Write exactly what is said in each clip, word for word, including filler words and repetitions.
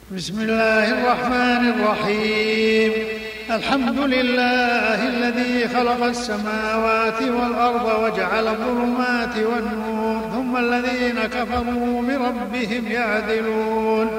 بسم الله الرحمن الرحيم. الحمد لله الذي خلق السماوات والأرض وجعل الظلمات والنور ثم الذين كفروا بربهم يعدلون.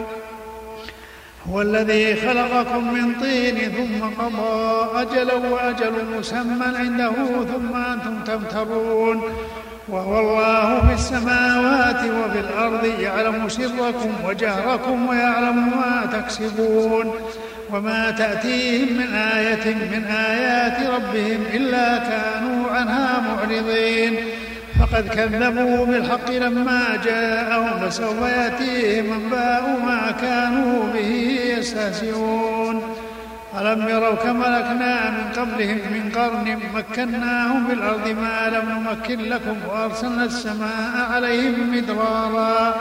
هو الذي خلقكم من طين ثم قضى أجلا وأجل مسمى عنده ثم أنتم تمترون. وهو الله في السماوات وفي الأرض يعلم سركم وجهركم ويعلم ما تكسبون. وما تأتيهم من آية من آيات ربهم إلا كانوا عنها معرضين. فقد كذبوا بالحق لما جاءهم فسوف يأتيهم أنباء ما كانوا به يستهزئون. ألم يروا كم أهلكنا من قبلهم من قرن مكناهم في الأرض ما لم نمكن لكم وأرسلنا السماء عليهم مدرارا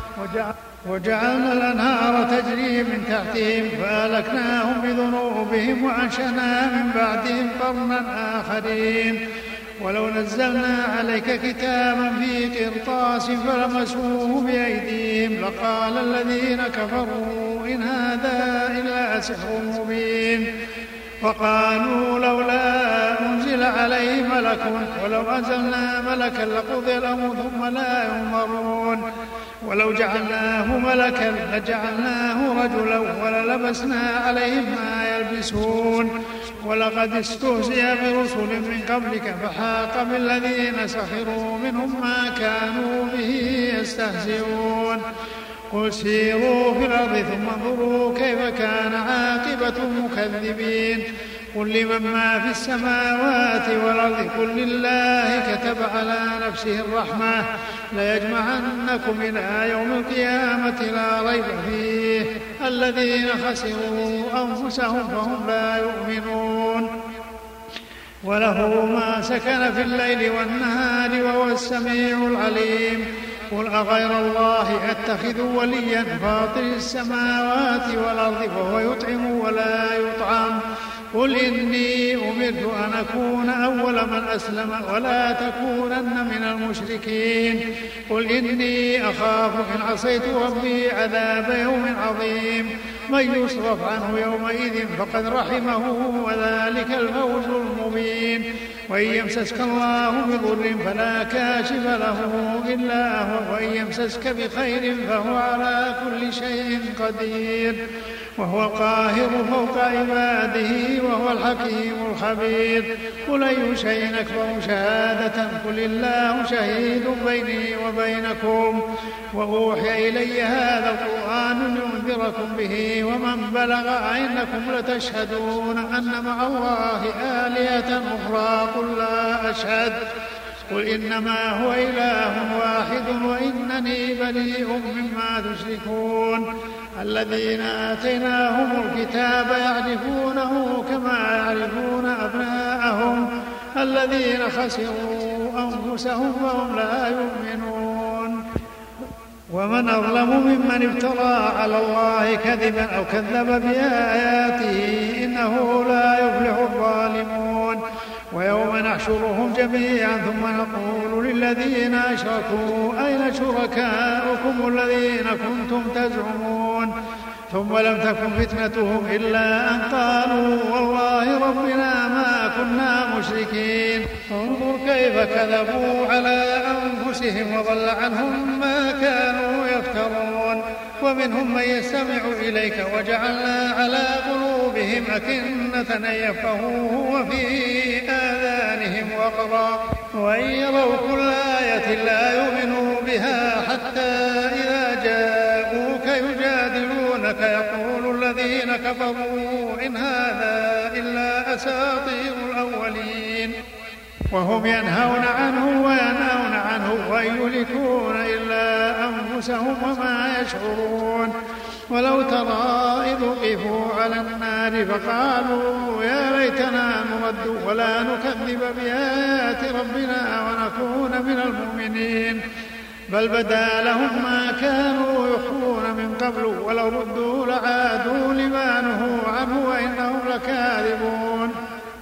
وجعلنا الأنهار تجري من تحتهم فأهلكناهم بذنوبهم وأنشأنا من بعدهم قرنا آخرين. ولو نزلنا عليك كتابا في قرطاس فلمسوه بأيديهم لقال الذين كفروا إن هذا إلا سحر مبين. وقالوا لولا أنزل عليه ملك ولو أنزلنا ملكا لقضي الأمر ثم لا ينظرون. ولو جعلناه ملكا لجعلناه رجلا وللبسنا عليهم ما يلبسون. ولقد استهزئ برسل من قبلك فحاق بالذين سخروا منهم ما كانوا به يستهزئون. قل سيروا في الأرض ثم انظروا كيف كان عاقبة المكذبين. قل لمن ما في السماوات والأرض قل لله كتب على نفسه الرحمة ليجمعنكم إلى يوم القيامة لا ريب فيه الذين خسروا أنفسهم فهم لا يؤمنون. وله ما سكن في الليل والنهار وهو السميع العليم. قل أغير الله أتخذ وليا فاطر السماوات والأرض وهو يطعم ولا يطعم. قل إني أمرت أن أكون أول من أسلم ولا تكونن من المشركين. قل إني أخاف إن عصيت ربي عذاب يوم عظيم. من يصرف عنه يومئذ فقد رحمه وذلك الفوز المبين. وإن يمسسك الله بضر فلا كاشف له إلا هو وإن يمسسك بخير فهو على كل شيء قدير. وهو القاهر فوق عباده وهو الحكيم الخبير. قل أي شيء أكبر شهادة قل الله شهيد بيني وبينكم. وأوحي إلي هذا القرآن لأنذركم به ومن بلغ أئنكم لتشهدون أن مع الله آلهة أخرى قل لا أشهد. قل إنما هو إله واحد وإنني بريء مما تشركون. الذين آتيناهم الكتاب يعرفونه كما يعرفون أبناءهم الذين خسروا أنفسهم وهم لا يؤمنون. ومن أظلم ممن افترى على الله كذبا أو كذب بآياته إنه لا يفلح الظالمون. ويوم نحشرهم جميعا ثم نقول للذين أشركوا أين شركاؤكم الذين كنتم تزعمون. ثم لم تكن فتنتهم إلا أن قالوا والله ربنا ما كنا مشركين. انظر كيف كذبوا على أنفسهم وضل عنهم ما كانوا يفترون. ومنهم من يستمع إليك وجعلنا على قلوبهم أكنة أن يفقهوه وفي آذانهم وقرا وإن يروا كل آية لا يؤمنوا بها حتى إذا جاءوك يجادلونك يقول الذين كفروا إن هذا إلا أساطير الأولين. وهم ينهون عنه وينهون عنه وإن يهلكون إلا أنفسهم وما يشعرون. ولو ترى إذ وقفوا على النار فقالوا يا ليتنا نرد ولا نكذب بآيات ربنا ونكون من المؤمنين. بل بدا لهم ما كانوا يخفون من قبل ولو ردوا لعادوا لما نهوا عنه وإنهم لكاذبون.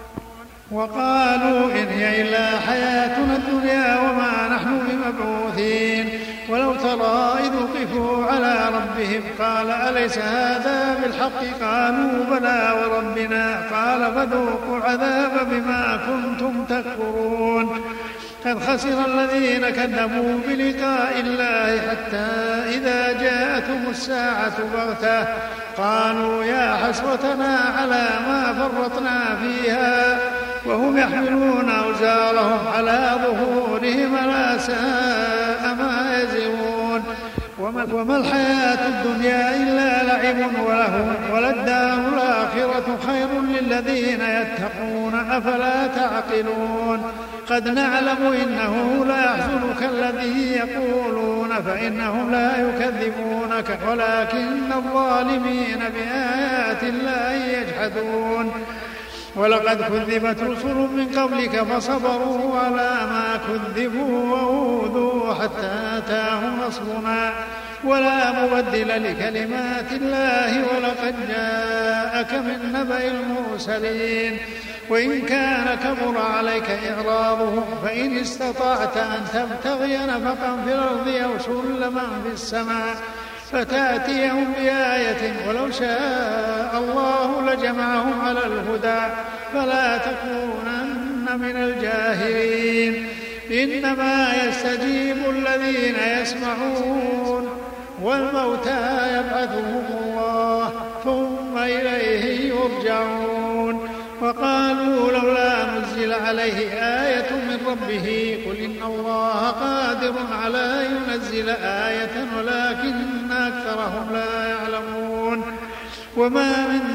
وقالوا إن هي إلا حياتنا الدنيا وما نحن بمبعوثين. ولو ترى إذ وقفوا ادخلوا على ربهم قال أليس هذا بالحق قالوا بلى وربنا قال فذوقوا العذاب بما كنتم تكفرون قد خسر الذين كذبوا بلقاء الله حتى إذا جاءتهم الساعة بغتة قالوا يا حسرتنا على ما فرطنا فيها وهم يحملون أوزارهم على ظهورهم ألا ساء ما يزرون وما الحياة الدنيا إلا لعب ولهو وللدار الآخرة خير للذين يتقون أفلا تعقلون قد نعلم إنه لا يحزنك الذي يقولون فإنهم لا يكذبونك ولكن الظالمين بآيات الله يجحدون ولقد كذبت رسل من قبلك فصبروا على ما كذبوا وأوذوا حتى أتاهم نصرنا ولا مبدل لكلمات الله ولقد جاءك من نبأ المرسلين وإن كان كبر عليك إعراضهم فإن استطعت أن تبتغي نفقا في الأرض أو سلما في السماء فتأتيهم بآية ولو شاء الله لجمعهم على الهدى فلا تكونن من الجاهلين إنما يستجيب الذين يسمعون والموتى يبعثهم الله ثم إليه يرجعون وقالوا لولا نزل عليه آية من ربه قل إن الله قادر على ينزل آية ولكن أكثرهم لا يعلمون وما من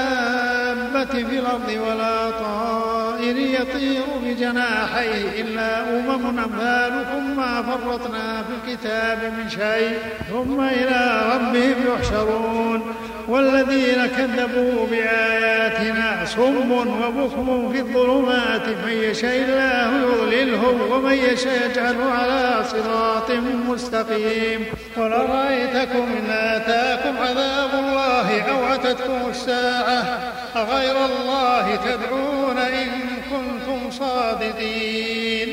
دابة في الأرض ولا طائر يطير بجناحيه إلا أمم أمثالكم ما فرطنا في الكتاب من شيء ثم إلى ربهم يحشرون والذين كذبوا بآياتنا صم وبكم في الظلمات من يشاء الله يضلله ومن يشاء يجعله على صراط مستقيم قل أرأيتكم إن آتاكم عذاب الله أو أتتكم الساعة أغير الله تدعون إن كنتم صادقين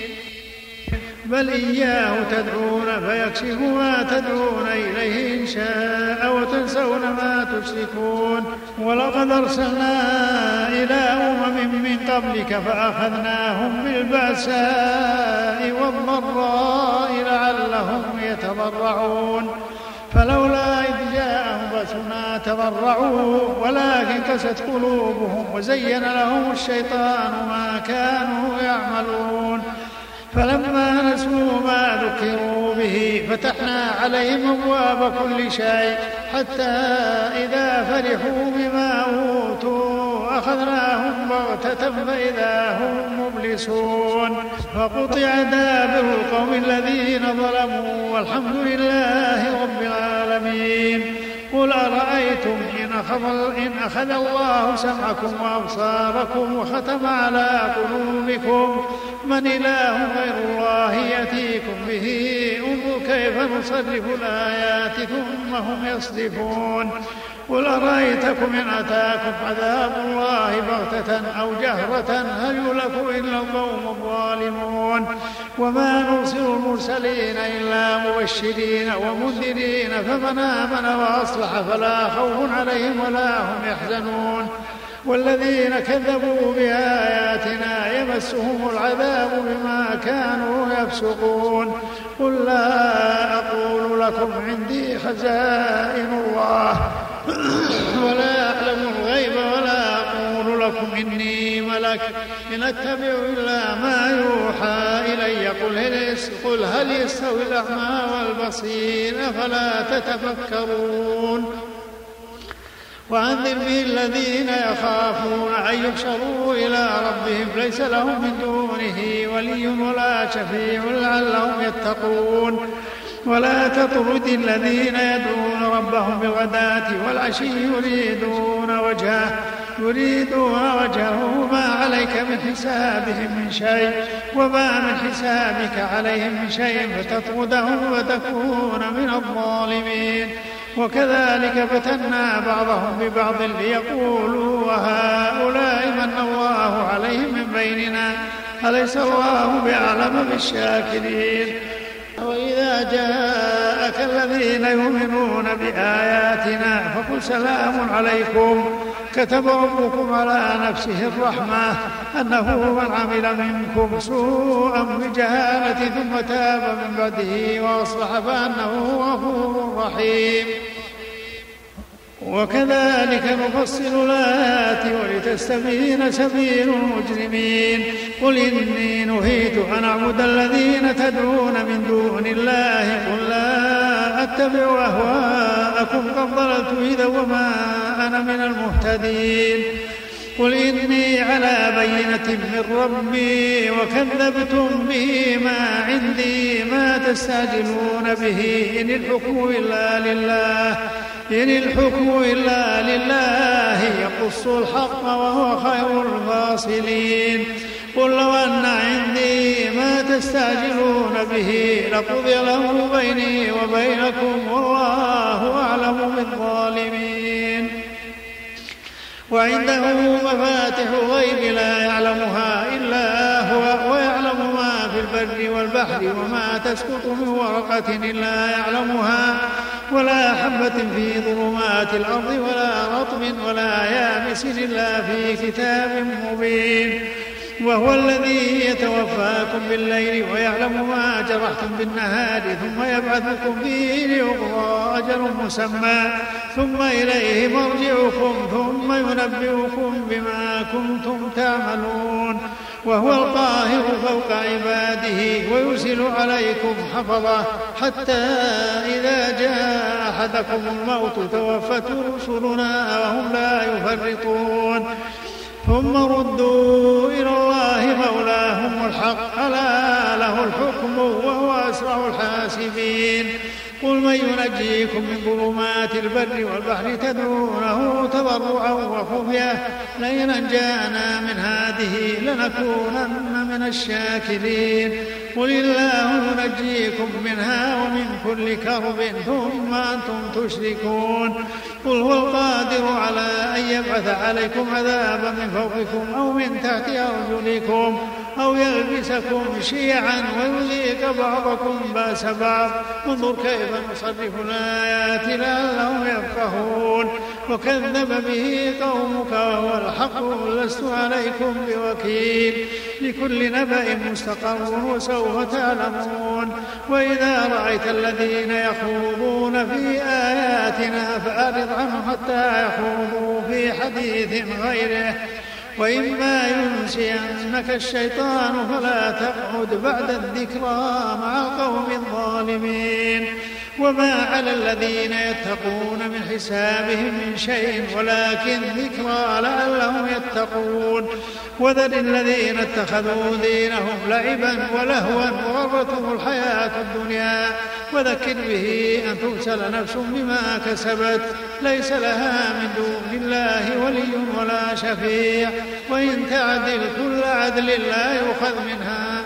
بل إياه تدعون فيكشف ما تدعون إليه إن شاء وتنسون ما تشركون ولقد أرسلنا إلى أمم من قبلك فأخذناهم بالبأساء والضراء لعلهم يتضرعون فلولا إذ جاءهم بأسنا تضرعوا ولكن قست قلوبهم وزين لهم الشيطان ما كانوا يعملون فلما نسوا ما ذكروا به فتحنا عليهم أبواب كل شيء حتى إذا فرحوا بما أوتوا أخذناهم بغتة فإذا هم مبلسون فقطع دابر القوم الذين ظلموا والحمد لله رب العالمين قل أرأيتم إن أخذ, إن أخذ الله سمعكم وأبصاركم وختم على قلوبكم من إله غير الله يأتيكم به انظر كيف نصرف الآيات ثم هم يصدفون قل أرأيتكم إن أتاكم عذاب الله بغتة أو جهرة هل يهلك إلا القوم الظالمون وما نرسل المرسلين إلا مبشرين ومنذرين فمن آمن وأصلح فلا خوف عليهم ولا هم يحزنون والذين كذبوا بآياتنا يمسهم العذاب بما كانوا يفسقون قل لا أقول لكم عندي خزائن الله ولا أعلم الغيب ولا أقول لكم إني ملك إن أتبع إلا ما يوحى إلي قل هل يستوي الأعمى والبصير أفلا تتفكرون وأنذر به الذين يخافون أن يحشروا إلى ربهم ليس لهم من دونه ولي ولا شفيع لعلهم يتقون ولا تطرد الذين يدعون ربهم بالغداة والعشي يريدون وجهه يريدون وجهه ما عليك من حسابهم من شيء وما من حسابك عليهم من شيء فتطردهم وتكون من الظالمين وكذلك فتنا بعضهم ببعض ليقولوا وهؤلاء من الله عليهم من بيننا أليس الله بأعلم بالشاكرين وإذا جاء جاءك الذين يؤمنون بآياتنا فقل سلام عليكم كتب ربكم على نفسه الرحمة أنه من عمل منكم سوءا بجهالة ثم تاب من بعده وأصلح فأنه غفور رحيم. وكذلك نفصل الآيات ولتستبين سبيل المجرمين. قل إني نهيت أن أعبد الذين تدعون من دون الله قل لا أتبع أهواءكم قد ضللت إذا وما أنا من المهتدين. قل إني على بينة من ربي وكذبتم به ما عندي ما تستعجلون به إن الحكم إلا لله إن الحكم إلا لله يقص الحق وهو خير الفاصلين. قل لو أن عندي ما تستعجلون به لقضي الأمر بيني وبينكم والله أعلم بالظالمين. وعنده مفاتح الغيب لا يعلمها إلا هو ويعلم ما في البر والبحر وما تسقط من ورقة إلا يعلمها ولا حبة في ظلمات الأرض ولا رطب ولا يابس إلا في كتاب مبين. وهو الذي يتوفاكم بالليل ويعلم ما جرحتم بالنهار ثم يبعثكم فيه ليقضى أجل مسمى ثم إليه مرجعكم ثم ينبئكم بما كنتم تعملون. وهو القاهر فوق عباده ويرسل عليكم حفظة حتى إذا جاء أحدكم الموت توفته رسلنا وهم لا يفرطون ثم ردوا إلى الله مولاهم الحق ألا له الحكم وهو أسرع الحاسبين. قل من ينجيكم من ظلمات البر والبحر تدعونه تضرعا وخفية لئن أنجانا من هذه لنكونن من الشاكرين. قل الله ينجيكم منها ومن كل كرب ثم أنتم تشركون. قل هو القادر على أن يبعث عليكم عذابا من فوقكم أو من تحت أرجلكم أو يلبسكم شيعا ويذيق بعضكم بأس بعض انظر كيف نصرف الآيات لعلهم يفقهون. وكذب به قومك وهو الحق لست عليكم بوكيل لكل نبأ مستقر وسوف تعلمون. وإذا رأيت الذين يخوضون في آياتنا فأعرض عنهم حتى يخوضوا في حديث غيره وإما ينسينك الشيطان فلا تقعد بعد الذكرى مع القوم الظالمين. وما على الذين يتقون من حسابهم من شيء ولكن ذكرى لعلهم يتقون. وذل الذين اتخذوا دينهم لعبا ولهوا وغرتهم الحياة الدنيا وذكر به أن تبسل نفس بما كسبت ليس لها من دون الله ولي ولا شفيع وإن تعدل كل عدل لا يؤخذ منها.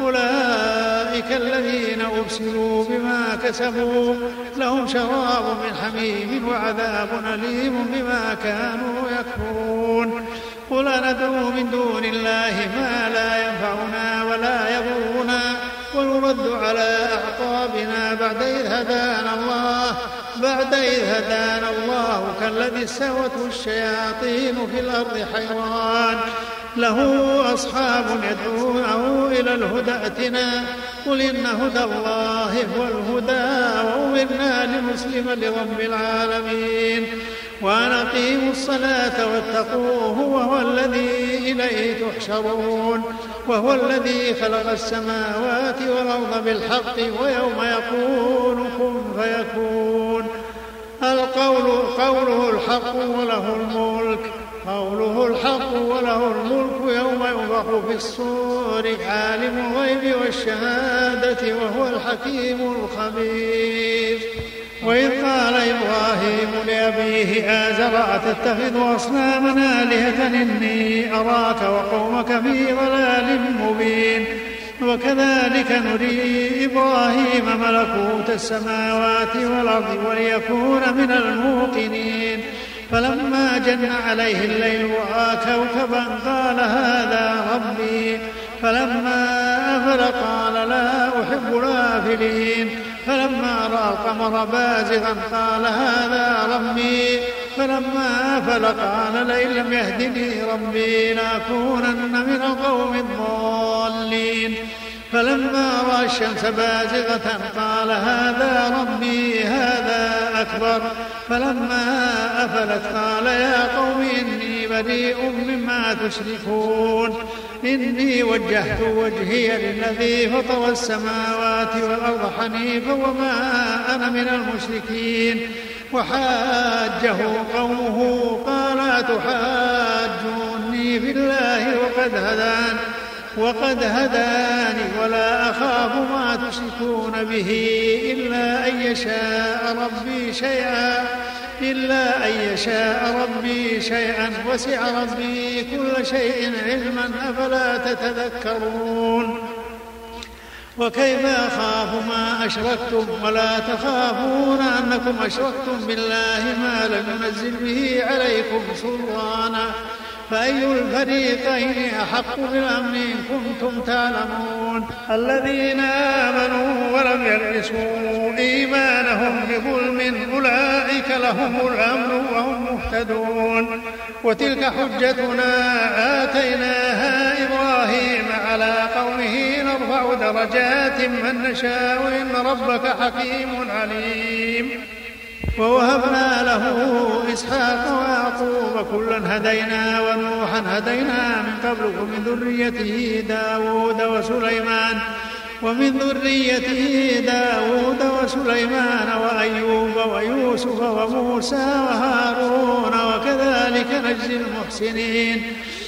أولئك الذين أبسلوا بما كسبوا لهم شراب من حميم وعذاب أليم بما كانوا يكفرون. قل أندعو من دون الله ما لا ينفعنا ولا يضرنا ونرد على أعقابنا بعد إذ هدانا الله بعد إذ هدانا الله كالذي استهوته الشياطين في الأرض حيران له أصحاب يدعونه إلى الهدى ائتنا قل إن هدى الله هو الهدى وأمرنا لنسلم لرب العالمين وأن أقيموا الصلاة واتقوه وهو الذي إليه تحشرون. وهو الذي خلق السماوات والأرض بالحق ويوم يقول كن فيكون القول قوله الحق وله الملك قوله الحق وله الملك يوم ينفخ في الصور عالم الغيب والشهادة وهو الحكيم الخبير. وإذ قال إبراهيم لأبيه آزر أتتخذ أصناما آلهة إني أراك وقومك في ضلال مبين. وكذلك نري إبراهيم ملكوت السماوات والأرض وليكون من الموقنين. فلما جن عليه الليل رأى كوكبا قال هذا ربي فلما أفل قال لا أحب الآفلين. فلما فلما رأى القمر بازغا قال هذا ربي فلما أفل قال لئن لم يهدني ربي لأكونن من القوم الضالين فلما رأى الشمس بازغة قال هذا ربي هذا أكبر فلما أفلت قال يا قوم إني بريء مما تشركون إني وجهت وجهي للذي فطر السماوات والأرض حنيفا وما أنا من المشركين وحاجه قومه قال أتحاجوني في الله وقد هدان وقد هداني ولا أخاف ما تشركون به إلا أن يشاء ربي شيئا إلا أن يشاء ربي شيئا وسع ربي كل شيء علما أفلا تتذكرون وكيف أخاف ما أشركتم ولا تخافون أنكم أشركتم بالله ما لم ينزل به عليكم سلطانا فأي الفريقين أحق بالأمن إن كنتم تعلمون الذين آمنوا ولم يلبسوا إيمانهم بظلم أولئك لهم الأمن وهم مهتدون وتلك حجتنا آتيناها إبراهيم على قومه نرفع درجات من نشاء إن ربك حكيم عليم ووهبنا له إسحاق ويعقوب كلا هدينا ونوحا هدينا من قبل ومن ذريته داود وسليمان ومن ذريته داود وسليمان وأيوب ويوسف وموسى وهارون وكذلك نجزي المحسنين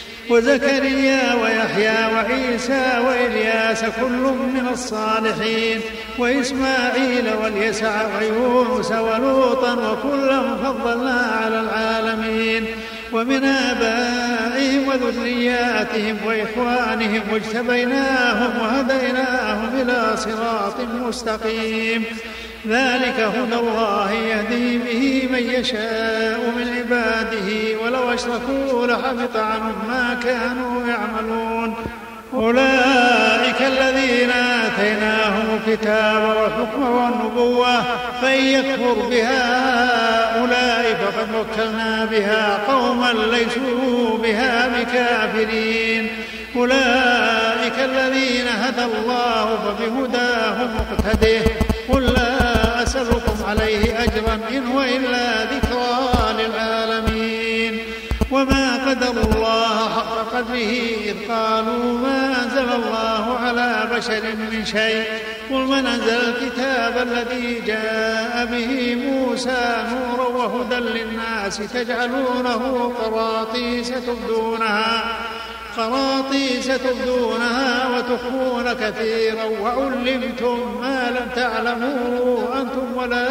وزكريا ويحيى وعيسى وإلياس كل من الصالحين وإسماعيل واليسع ويونس ولوطا وكلا فضلنا على العالمين ومن آبائهم وذرياتهم وإخوانهم واجتبيناهم وهديناهم إلى صراط مستقيم ذلك هدى الله يهدي به من يشاء من عباده ولو أشركوا لحبط عنهم ما كانوا يعملون أولئك الذين آتيناهم الكتاب والحكم والنبوة فإن يكفر بها هؤلاء فقد وكلنا بها قوما ليسوا بها بكافرين أولئك الذين هدى الله فبهداه مقتده قل لا أسألكم عليه أجرا إن هو إلا ذكرى للعالمين وما قدروا الله حق قدره إذ قالوا ما أنزل الله على بشر من شيء قل من أنزل الكتاب الذي جاء به موسى نورا وهدى للناس تجعلونه قراطيس تبدونها قراطيس تبدونها وتخفون كثيرا وعلمتم ما لم تعلموا أنتم ولا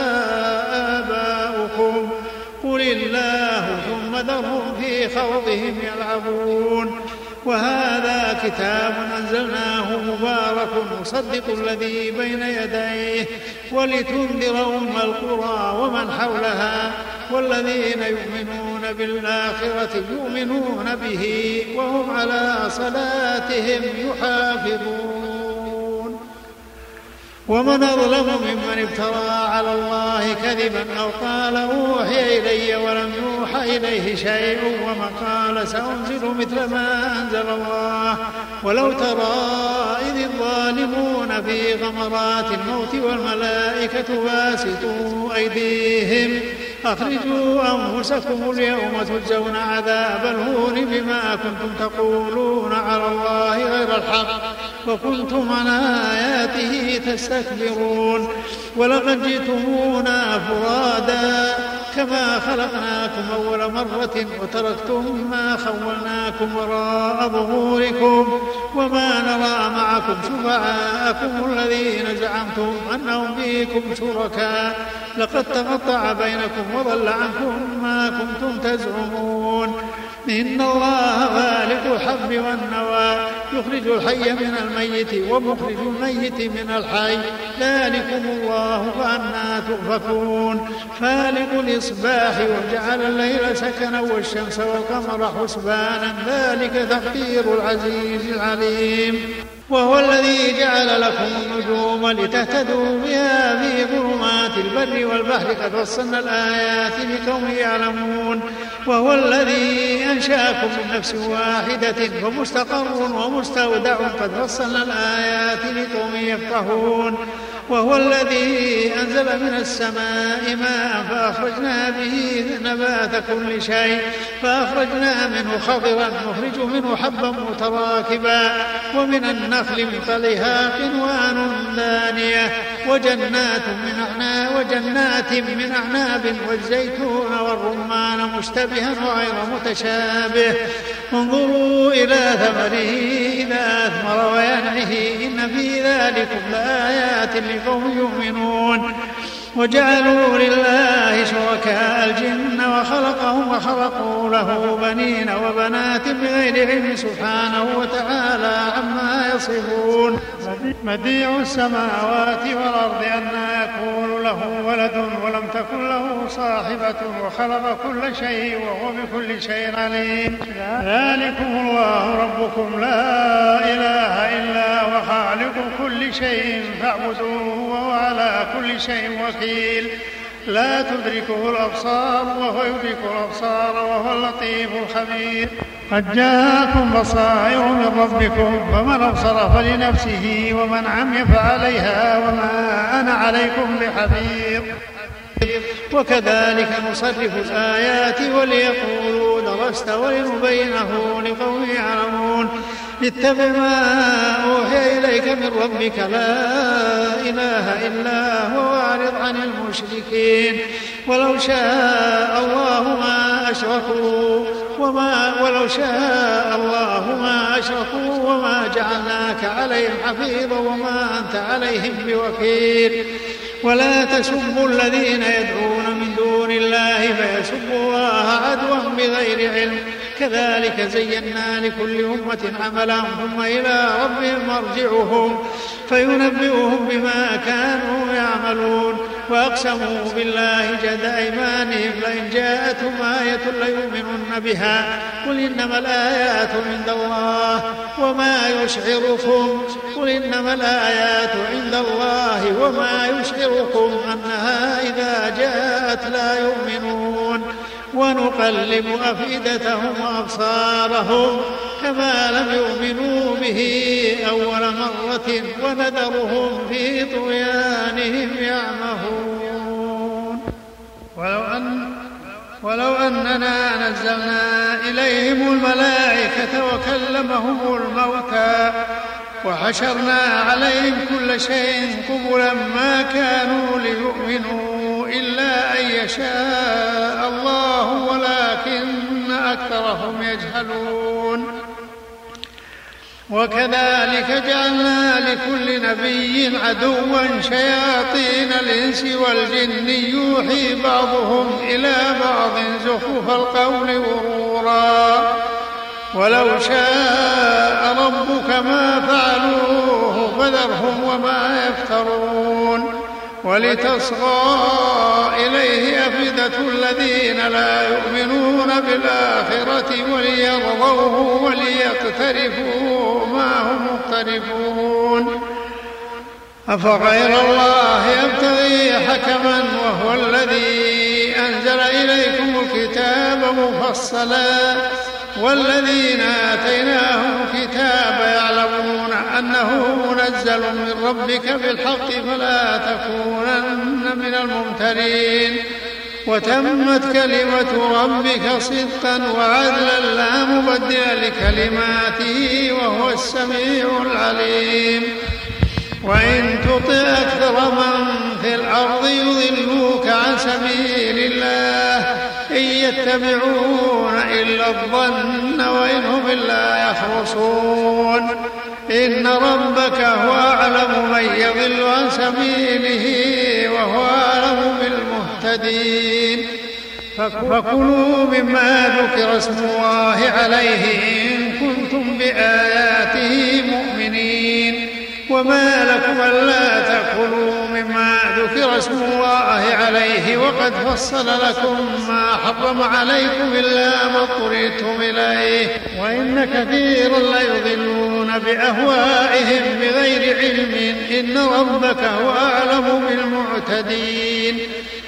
آباؤكم قل الله ثم ذرهم في خوضهم يلعبون وهذا كتاب أنزلناه مبارك مصدق الذي بين يديه ولتنذر أم القرى ومن حولها والذين يؤمنون بالآخرة يؤمنون به وهم على صلاتهم يحافظون ومن أظلم ممن افترى على الله كذبا أو قال أوحي إلي ولم يوحى إليه شيء ومن قال سأنزل مثل ما أنزل الله ولو ترى إذ الظالمون في غمرات الموت والملائكة باسطوا أيديهم أخرجوا أنفسكم اليوم تجزون عذاب الهون بما كنتم تقولون على الله غير الحق وكنتم عن آياته تستكبرون ولقد جئتمونا فرادا كما خلقناكم أول مرة وتركتم ما خولناكم وراء ظهوركم وما نرى معكم شفعاءكم الذين زعمتم أنهم فيكم شركاء لقد تقطع بينكم وضل عنكم ما كنتم تزعمون إن الله خالق الحب والنوى يخرج الحي من الميت ومخرج الميت من الحي ذلكم الله فأنى تؤفكون فالق الإصباح وجعل الليل سكنا والشمس والقمر حسبانا ذلك تقدير العزيز العليم وهو الذي جعل لكم النجوم لتهتدوا بها في ظلمات البر والبحر قد فصلنا الآيات لقوم يعلمون. وهو الذي أنشأكم من نفس واحدة فمستقر ومستودع قد فصلنا الآيات لقوم يفقهون. وهو الذي أنزل من السماء ماء فأخرجنا به نبات كل شيء فأخرجنا منه خضرا نخرج منه حبا متراكبا ومن النخل من طلعها قنوان دانية وجنات من أعناب وجنات من أعناب والزيتون والرمان مشتبها وغير متشابه انظروا إلى ثمره إذا أثمر وينعه إن في ذلكم لآيات لقوم يؤمنون. وجعلوا لله شركاء الجن وخلقهم وخلقوا له بنين وبنات بغير علم سبحانه وتعالى عما يصفون. بديع السماوات والأرض أنى يكون له ولد ولم تكن له صاحبة وخلق كل شيء وهو بكل شيء عليم. ذلكم الله ربكم لا إله إلا هو خالق كل شيء فاعبدوه وهو على كل شيء وكيل. لا تدركه الأبصار وهو يدرك الأبصار وهو اللطيف الخبير. قد جاءكم بصائر من ربكم فمن أبصر فلنفسه ومن عمي فعليها وما أنا عليكم بحفيظ. وكذلك نصرف الآيات وليقولوا درست ولنبينه لقوم يعلمون. اتبع ما أوحي إليك من ربك لا إله إلا هو واعرض عن المشركين. ولو شاء الله ما أشركوا وما ولو شاء الله ما أشركوا وما جعلناك عليهم حفيظا وما أنت عليهم بوكيل. ولا تسبوا الذين يدعون من دون الله فيسبوا الله عدوا بغير علم كذلك زينا لكل أمة عملهم ثم إلى ربهم مرجعهم فينبئهم بما كانوا يعملون. وأقسموا بالله جهد أيمانهم لئن جاءتهم آية ليؤمنن بها قل إنما الآيات عند الله وما يشعركم قل إنما الآيات عند الله وما يشعركم أنها إذا جاءت لا يؤمنون. ونقلب أفئدتهم وأبصارهم كما لم يؤمنوا به أول مرة ونذرهم في طغيانهم يعمهون. ولو أن ولو أننا نزلنا إليهم الملائكة وكلمهم الموتى وحشرنا عليهم كل شيء قبلا ما كانوا ليؤمنوا إلا أن يشاء الله ولكن أكثرهم يجهلون. وكذلك جعلنا لكل نبي عدوا شياطين الإنس والجن يوحي بعضهم إلى بعض زخرف القول غرورا ولو شاء ربك ما فعلوه فذرهم وما يفترون. ولتصغى إليه أفئدة الذين لا يؤمنون بالآخرة وليرضوه وليقترفوا ما هم مقترفون. أفغير الله يبتغي حكما وهو الذي أنزل إليكم الكتاب مفصلا والذين آتيناهم الكتاب يعلمون أنه منزل من ربك بالحق فلا تكونن من الممترين. وتمت كلمة ربك صدقا وعدلا لا مبدل لكلماته وهو السميع العليم. وإن تطع أكثر من في الأرض يضلوك عن سبيل الله إن يتبعون إلا الظن وإن هم إلا يخرصون. إن ربك هو أعلم من يضل عن سبيله وهو أعلم بالمهتدين. فكلوا مما ذكر اسم الله عليه إن كنتم بآياته مؤمنين. وما لكم ألا تأكلوا مما ذكر اسم الله عليه وقد فصل لكم ما حرم عليكم إلا ما اضطررتم إليه وإن كثيرا ليضلون بأهوائهم بغير علم إن ربك هو أعلم بالمعتدين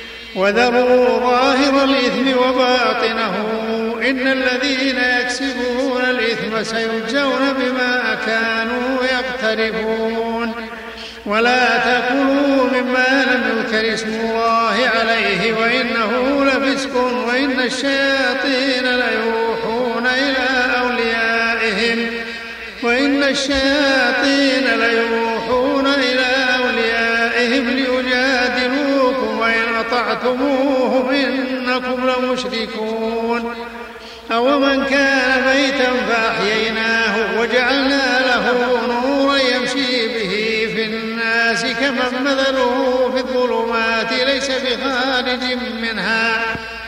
وذروا ظاهر الإثم وباطنه إن الذين يكسبون الإثم سيجزون بما كانوا يقترفون ولا تأكلوا مما لم يذكر اسم الله عليه وإنه لفسق وإن الشياطين ليوحون إلى أوليائهم وإن الشياطين ليوحون إلى أوليائهم ليجادلوكم وإن أطعتموهم إنكم لمشركون أومن كان ميتا فأحييناه وجعلنا له نورا يمشي به في الناس كمن مثله في الظلمات ليس بخارج منها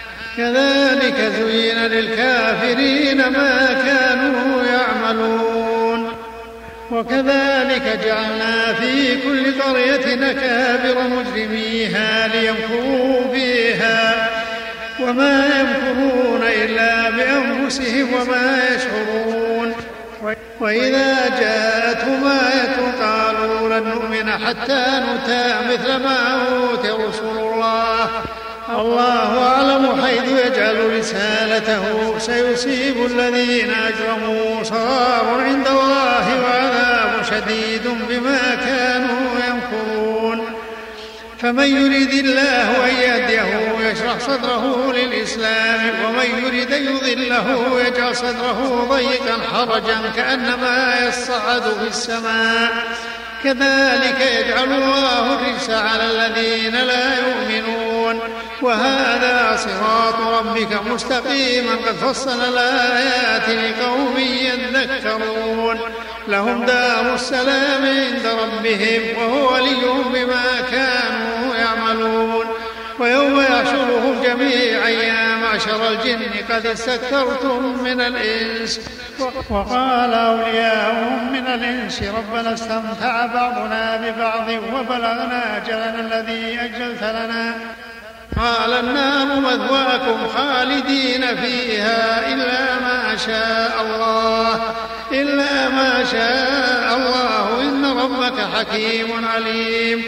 كذلك زين للكافرين ما كانوا يعملون وكذلك جعلنا في كل قرية أكابر مجرميها ليمكروا فيها وما يمكرون إلا بأنفسهم وما يشعرون وإذا جاءتهم آية قالوا لن نؤمن حتى نؤتى مثل ما أوتي رسل الله الله أعلم حيث يجعل رسالته سيصيب الذين أجرموا صغار عند الله وعذاب شديد بما كانوا يمكرون فمن يريد الله أن يهديه يشرح صدره للإسلام ومن يريد أن يضله يجعل صدره ضيقا حرجا كأنما يصعد في السماء كذلك يجعل الله الرجس على الذين لا يؤمنون وهذا صراط ربك مستقيما قد فصل الآيات لقوم يذكرون لهم دار السلام عند ربهم وهو وليهم بما كانوا يعملون ويوم يحشرهم جميعا يا معشر الجن قد استكثرتم من الإنس وقال أولياؤهم من الإنس ربنا استمتع بعضنا ببعض وبلغنا أجلنا الذي أجلت لنا قال النار مثواكم خالدين فيها إلا ما شاء الله إلا ما شاء الله إن ربك حكيم عليم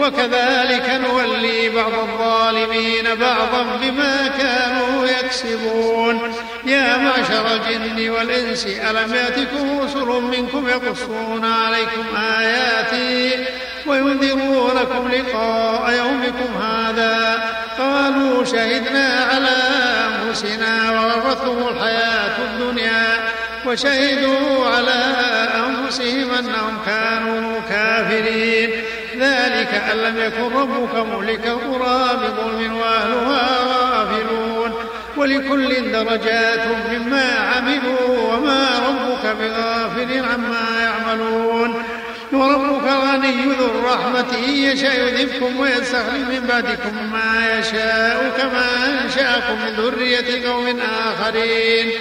وكذلك نولي بعض الظالمين بعضا بما كانوا يكسبون يا معشر الجن والإنس ألم يأتكم رسل منكم يقصون عليكم آياتي وينذرونكم لقاء يومكم هذا قالوا شهدنا على أنفسنا وغرتهم الحياة الدنيا وشهدوا على أنفسهم أنهم كانوا كافرين ذلك أن لم يكن ربك مهلك القرى بظلم وأهلها غافلون ولكل درجات مما عملوا وما ربك بغافل عما يعملون وربك غني ذو الرحمة إن يشاء يذهبكم ويستخلف من بعدكم ما يشاء كما أنشأكم من ذرية قوم آخرين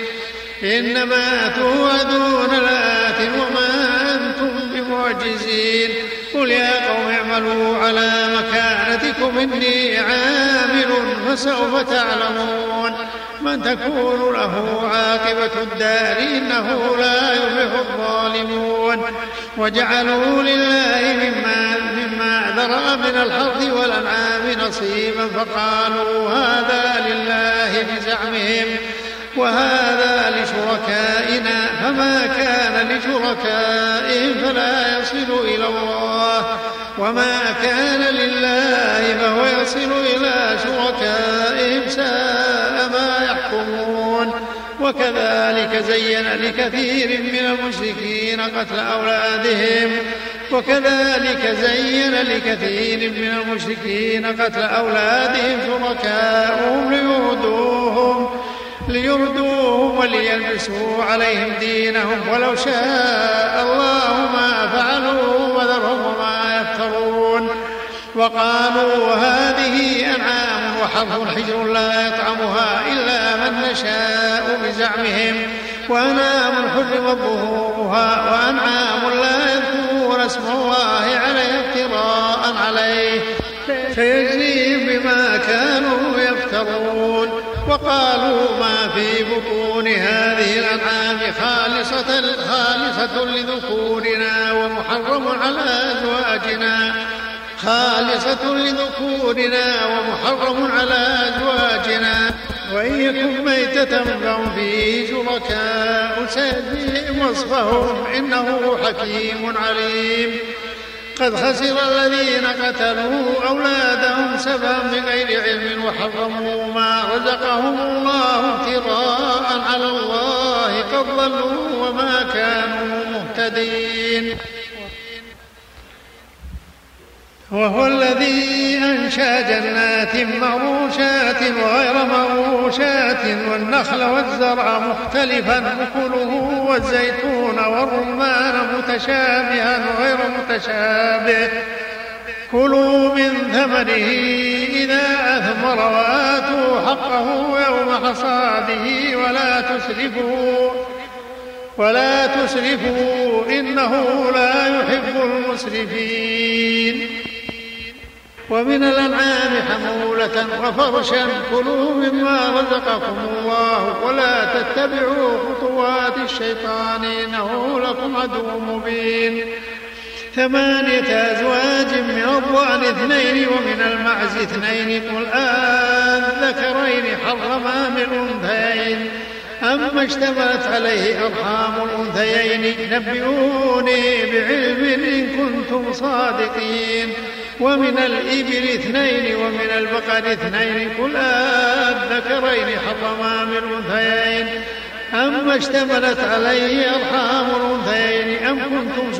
إنما توعدون لآت وما أنتم بمعجزين قل يا قوم اعملوا على مكانتكم إني عامل فسوف تعلمون من تكون له عاقبة الدار إنه لا يفلح الظالمون وجعلوا لله مما, مما ذرأ من الحرث والأنعام نصيبا فقالوا هذا لله بزعمهم وهذا لشركائنا فما كان لشركائهم فلا يصل إلى الله وما كان لله فهو يصل إلى شركائهم ساء ما يحكمون وكذلك زين لكثير من المشركين قتل أولادهم وكذلك زين لكثير من المشركين قتل أولادهم شركاؤهم ليردوهم ليردوهم وليلبسوا عليهم دينهم ولو شاء الله ما فعلوا وذرهم وما يفترون وقالوا هذه أنعام وحرث حجر لا يطعمها إلا من نشاء بزعمهم وأنعام حرمت ظهورها وأنعام لا يذكرون يذكرون اسم الله عليه افتراء عليه سيجزيهم بما كانوا يفترون. وقالوا ما في بطون هذه الأنعام خالصة, خالصة لذكورنا ومحرم على أزواجنا خالصة لذكورنا ومحرم على أزواجنا وإن يكن ميتة فهم فيه شركاء سيجزيهم وصفهم إنه حكيم عليم. قد خسر الذين قتلوا أولادهم سفها بغير علم وحرموا ما رزقهم الله افتراء على الله قد ضلوا وما كانوا مهتدين. وهو الذي أنشأ جنات معروشات وغير معروشات والنخل والزرع مختلفا أكله والزيتون والرمان متشابها وغير متشابه كلوا من ثمره إذا أثمر وآتوا حقه يوم حصاده ولا تسرفوا ولا تسرفوا إنه لا يحب المسرفين. ومن الأنعام حمولة وفرشا كلوا مما رزقكم الله ولا تتبعوا خطوات الشيطان إنه لكم عدو مبين. ثمانية أزواج من الضأن اثنين ومن المعز اثنين قل آذكرين حرم أم الأنثيين أما اشتملت عليه أرحام الأنثيين نبئوني بعلم إن كنتم صادقين. ومن الإبل اثنين ومن البقر اثنين قل أذكرين حرم أم الأنثيين أما اشتملت عليه أرحام الأنثيين أم كنتم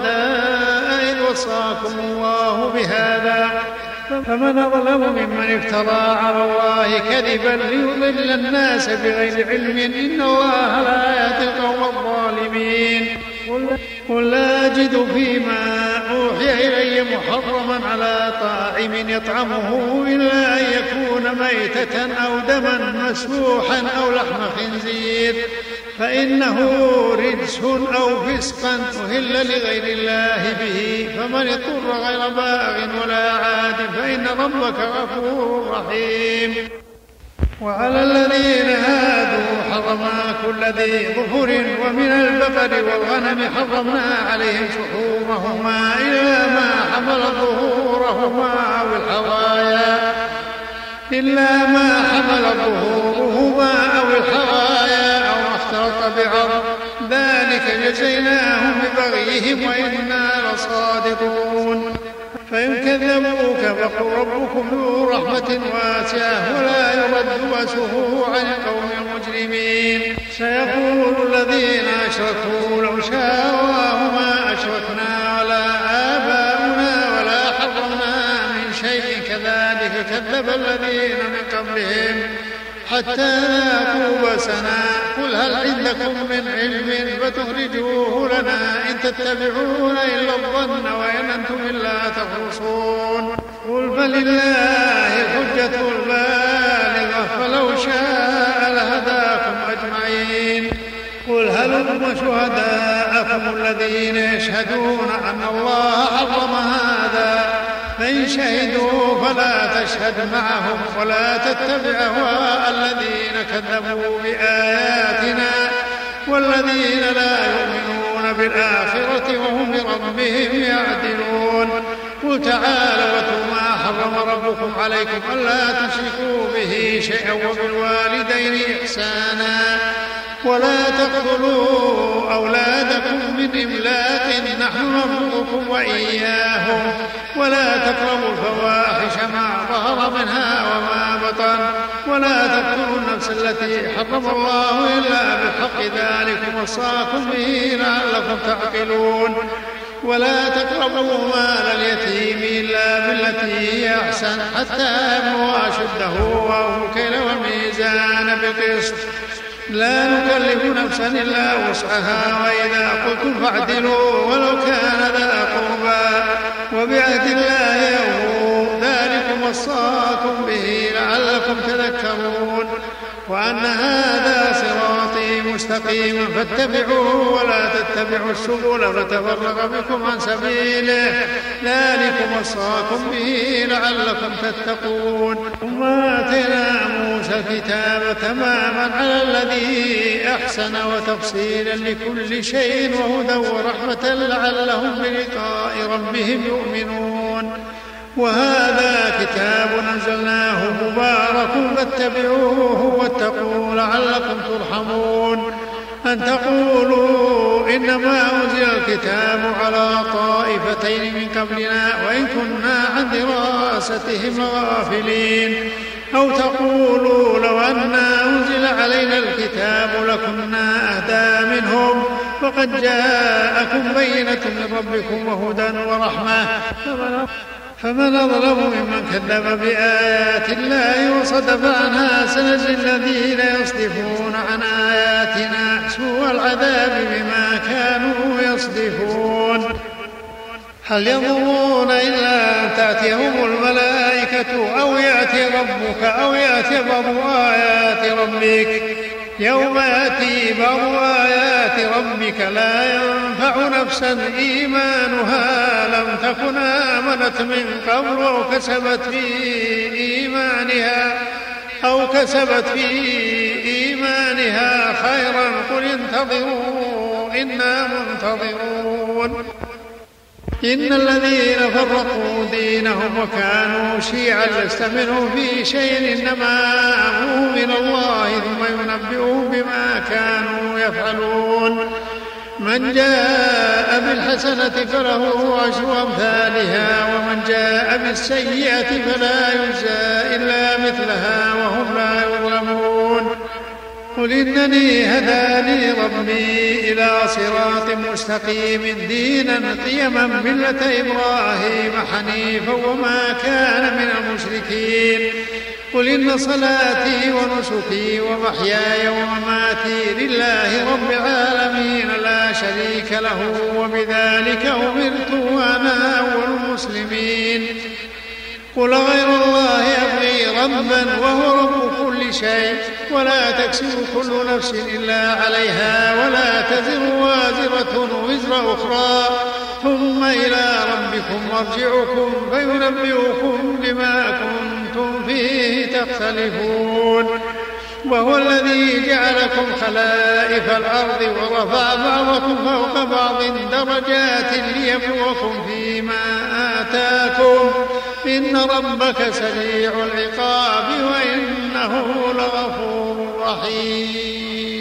شهداء إذ وصاكم الله بهذا فمن أظلم ممن افترى على الله كذبا ليضل الناس بغير علم إن الله لا يهدي القوم الظالمين. قل لا أجد فيما أوحي إلي محرما على طاعم يطعمه إلا أن يكون ميتة أو دما مسفوحا أو لحم خنزير فإنه رجس أو فسقا أهل لغير الله به فمن اضطر غير باغ ولا عاد فإن ربك غفور رحيم. وعلى الذين هادوا حرمنا كل ذي ظفر ومن البقر والغنم حرمنا عليهم شحومهما إلا ما حمل ظهورهما أو الحوايا إلا ما حمل ظهورهما أو الحوايا أو ما اختلط بعظم ذلك جزيناهم ببغيهم وإنا لصادقون. فإن كذبوك فقل ربكم ذو رحمة واسعة ولا يرد بأسه عن القوم المجرمين. سيقول الذين أشركوا لو شاء الله ما أشركنا ولا آباؤنا ولا حرمنا من شيء كذلك كذب الذين من قبلهم حتى ذاقوا بأسنا قل هل عندكم من علم فتخرجوه لنا إن تتبعون إلا الظن وإن أنتم إلا تخرصون. قل فلله الحجة البالغة فلو شاء لهداكم أجمعين. قل هلم شهداءكم الذين يشهدون أن الله حرم هذا فإن شهدوا فلا تشهد معهم ولا تتبع أهواء الذين كذبوا بآياتنا والذين لا يؤمنون بالآخرة وهم بربهم يعدلون. قل تعالوا واتلوا ما حرم ربكم عليكم ألا تشركوا به شيئا وبالوالدين إحسانا ولا تقتلوا أولادكم من إملاق نحن نرزقكم وإياهم ولا تقربوا الفواحش ما ظهر منها وما بطن ولا تقتلوا النفس التي حرم الله إلا بالحق ذلكم وصاكم به لعلكم تعقلون. ولا تقربوا مال اليتيم إلا بالتي هي أحسن حتى يبلغ أشده وأوفوا الكيل والميزان بالقسط لا نكلف نفسا إلا وسعها وإذا قلتم فاعدلوا ولو كان ذا قربى وبعهد الله أوفوا ذلكم وصاكم به لعلكم تذكرون. وأن هذا صراطي مستقيما فاتبعوه ولا تتبعوا السبل فتفرق بكم عن سبيله ذلكم وصاكم به لعلكم تتقون. ثم آتينا موسى الكتاب تماما على الذي أحسن وتفصيلا لكل شيء وهدى ورحمة لعلهم بلقاء ربهم يؤمنون. وهذا كتاب أنزلناه مبارك فاتبعوه واتقوا لعلكم ترحمون. أن تقولوا إنما أنزل الكتاب على طائفتين من قبلنا وإن كنا عن دراستهم لغافلين. أو تقولوا لو أنا أنزل علينا الكتاب لكنا أهدى منهم فقد جاءكم بينة من ربكم وهدى ورحمة فمن أظلم ممن كذب بآيات الله وصدف عنها سنجزي الذين يصدفون عن آياتنا سوء العذاب بما كانوا يصدفون. هل ينظرون إلا أن تأتيهم الملائكة أو يأتي ربك أو يأتي بعض آيات ربك يوم يأتي بعض آيات ربك لا ينفع نفسا إيمانها لم تكن آمنت من قبل أو كسبت في إيمانها أو كسبت في إيمانها خيرا قل انتظروا إنا منتظرون. إن الذين فرقوا دينهم وكانوا شيعا لست منهم في شيء إنما أمرهم من الله ثم ينبئهم بما كانوا يفعلون. من جاء بالحسنة فله عشر أمثالها ومن جاء بالسيئة فلا يجزى إلا مثلها وهم لا يظلمون. قل إنني هداني ربي إلى صراط مستقيم دينا قيما ملة إبراهيم حنيفا وما كان من المشركين. قل إن صلاتي ونسكي ومحياي ومماتي لله رب العالمين لا شريك له وبذلك أمرت وأنا أول المسلمين. قل غير الله أبغي ربا وهو رب كل شيء ولا تكسب كل نفس إلا عليها ولا تزر وازرة وزر أخرى ثم إلى ربكم مرجعكم فينبئكم بما كنتم فيه تختلفون. وهو الذي جعلكم خلائف الأرض ورفع بعضكم فوق بعض درجات ليبلوكم فيما آتاكم إن ربك سريع العقاب وإنه لغفور رحيم.